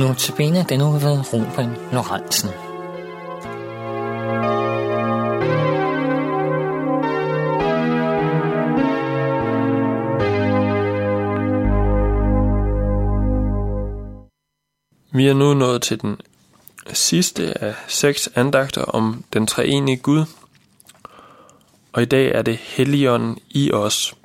Notabene den uge ved Ruben Lorentzen. Vi er nu nået til den sidste af 6 andagter om den treenige Gud. Og i dag er det Helligånden i os.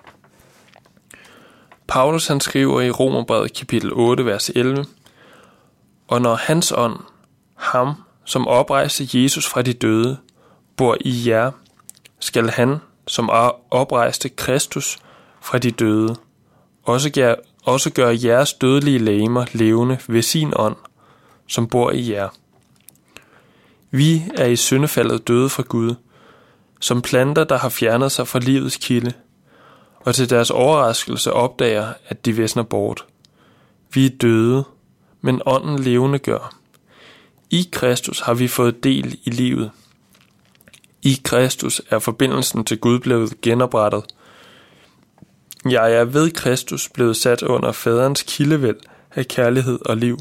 Paulus han skriver i Romerbrevet kapitel 8, vers 11. Og når hans ånd, ham som oprejste Jesus fra de døde, bor i jer, skal han, som oprejste Kristus fra de døde, også gøre jeres dødelige legemer levende ved sin ånd, som bor i jer. Vi er i syndefaldet døde fra Gud, som planter, der har fjernet sig fra livets kilde, og til deres overraskelse opdager, at de visner bort. Vi er døde, men ånden levende gør. I Kristus har vi fået del i livet. I Kristus er forbindelsen til Gud blevet genoprettet. Jeg er ved Kristus blevet sat under faderens kildevæld af kærlighed og liv.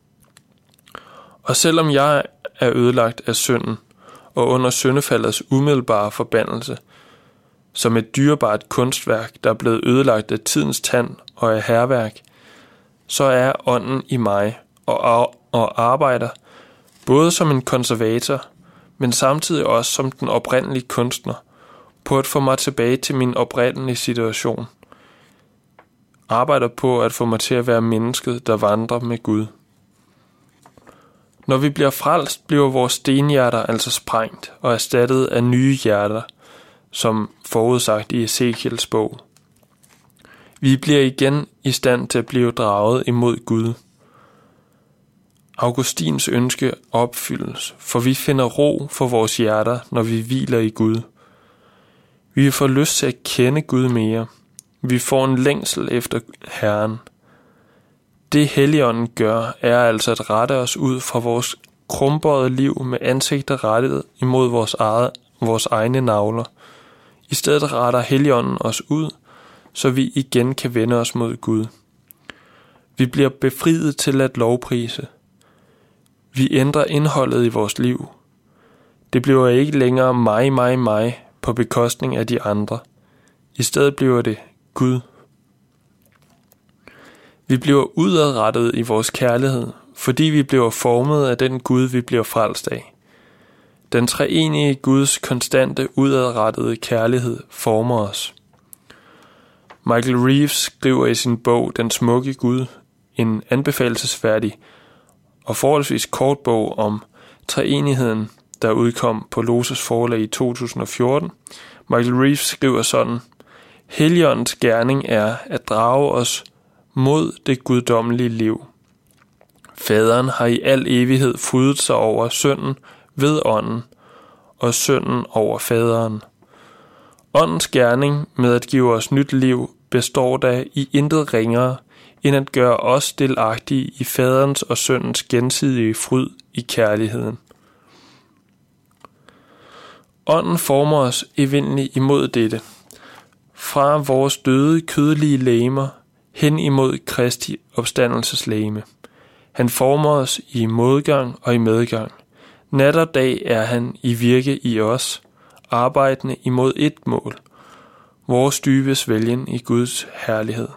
Og selvom jeg er ødelagt af synden og under syndefaldets umiddelbare forbandelse, som et dyrebart kunstværk, der er blevet ødelagt af tidens tand og af hærværk, så er ånden i mig og arbejder både som en konservator, men samtidig også som den oprindelige kunstner, på at få mig tilbage til min oprindelige situation. Arbejder på at få mig til at være mennesket, der vandrer med Gud. Når vi bliver frelst, bliver vores stenhjerter altså sprængt og erstattet af nye hjerter, som forudsagt i Ezekiels bog. Vi bliver igen i stand til at blive draget imod Gud. Augustins ønske opfyldes, for vi finder ro for vores hjerter, når vi hviler i Gud. Vi får lyst til at kende Gud mere. Vi får en længsel efter Herren. Det Helligånden gør, er altså at rette os ud fra vores krumbøjede liv med ansigtet rettet imod vores egne navler. I stedet retter Helligånden os ud, så vi igen kan vende os mod Gud. Vi bliver befriet til at lovprise. Vi ændrer indholdet i vores liv. Det bliver ikke længere mig på bekostning af de andre. I stedet bliver det Gud. Vi bliver udadrettet i vores kærlighed, fordi vi bliver formet af den Gud, vi bliver frelst af. Den treenige Guds konstante udadrettede kærlighed former os. Michael Reeves skriver i sin bog Den smukke Gud, en anbefalelsesværdig og forholdsvis kort bog om treenigheden, der udkom på Loses forlag i 2014. Michael Reeves skriver sådan: Helligåndens gerning er at drage os mod det guddommelige liv. Faderen har i al evighed frydet sig over synden ved ånden, og synden over faderen. Åndens gerning med at give os nyt liv består da i intet ringere, end at gøre os delagtige i faderens og syndens gensidige fryd i kærligheden. Ånden former os evindeligt imod dette, fra vores døde kødelige legemer hen imod Kristi opstandelseslegeme. Han former os i modgang og i medgang. Nat og dag er han i virke i os, arbejdende imod et mål, vores dybe svælgen i Guds herlighed.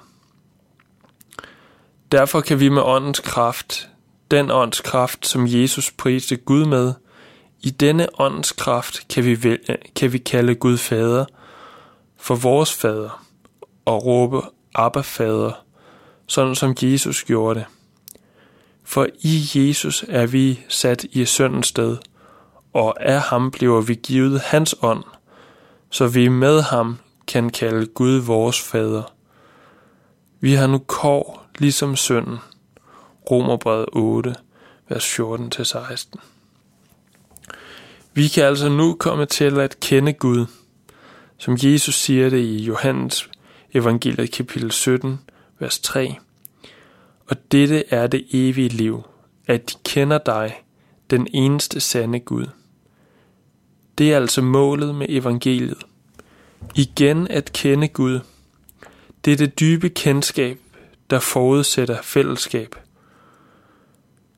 Derfor kan vi med åndens kraft, den ånds kraft, som Jesus priste Gud med, i denne åndens kraft kan vi kalde Gud Fader for vores Fader og råbe Abba Fader, sådan som Jesus gjorde det. For i Jesus er vi sat i syndens sted, og af ham bliver vi givet hans ånd, så vi med ham kan kalde Gud vores Fader. Vi har nu kår ligesom synden. Romerbrevet 8, vers 14-16. Vi kan altså nu komme til at kende Gud, som Jesus siger det i Johannes evangeliet kapitel 17, vers 3. Og dette er det evige liv, at de kender dig, den eneste sande Gud. Det er altså målet med evangeliet. Igen at kende Gud. Det er det dybe kendskab, der forudsætter fællesskab.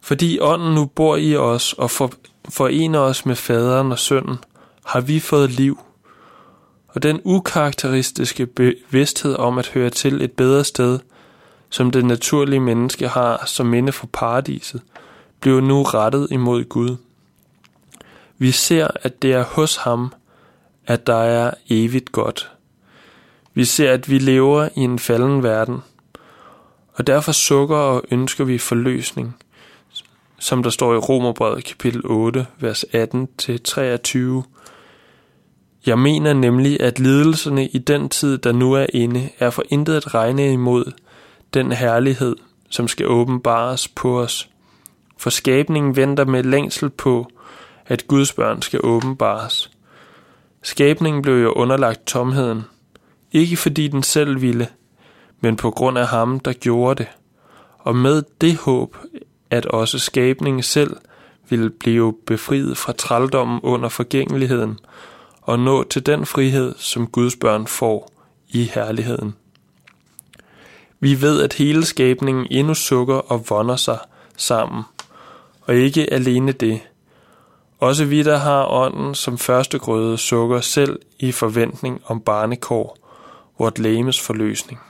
Fordi ånden nu bor i os og forener os med faderen og sønnen, har vi fået liv. Og den ukarakteristiske bevidsthed om at høre til et bedre sted, som det naturlige menneske har som minde for paradiset, bliver nu rettet imod Gud. Vi ser, at det er hos ham, at der er evigt godt. Vi ser, at vi lever i en falden verden, og derfor sukker og ønsker vi forløsning, som der står i Romerbrevet kapitel 8, vers 18-23. Jeg mener nemlig, at lidelserne i den tid, der nu er inde, er for intet at regne imod den herlighed, som skal åbenbares på os. For skabningen venter med længsel på, at Guds børn skal åbenbares. Skabningen blev jo underlagt tomheden, ikke fordi den selv ville, men på grund af ham, der gjorde det, og med det håb, at også skabningen selv ville blive befriet fra trældommen under forgængeligheden, og nå til den frihed, som Guds børn får i herligheden. Vi ved, at hele skabningen endnu sukker og vonder sig sammen, og ikke alene det. Også vi, der har ånden som førstegrøde, sukker selv i forventning om barnekår, vort legemes forløsning.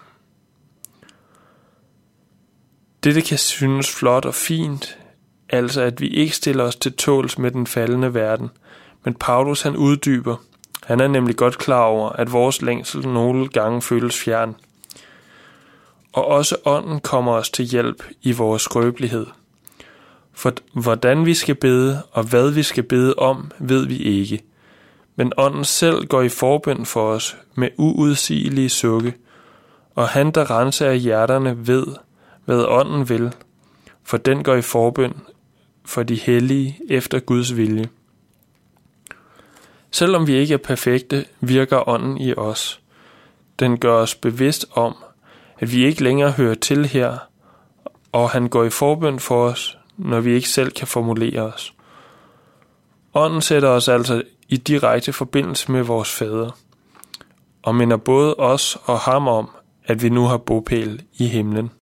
Dette kan synes flot og fint, altså at vi ikke stiller os til tåls med den faldende verden, men Paulus han uddyber. Han er nemlig godt klar over, at vores længsel nogle gange føles fjern. Og også ånden kommer os til hjælp i vores skrøbelighed. For hvordan vi skal bede og hvad vi skal bede om, ved vi ikke. Men ånden selv går i forbøn for os med uudsigelige sukke, og han, der renser af hjerterne, ved, hvad ånden vil, for den går i forbøn for de hellige efter Guds vilje. Selvom vi ikke er perfekte, virker ånden i os. Den gør os bevidst om, at vi ikke længere hører til her, og han går i forbøn for os, når vi ikke selv kan formulere os. Ånden sætter os altså i direkte forbindelse med vores fader, og minder både os og ham om, at vi nu har bopæl i himlen.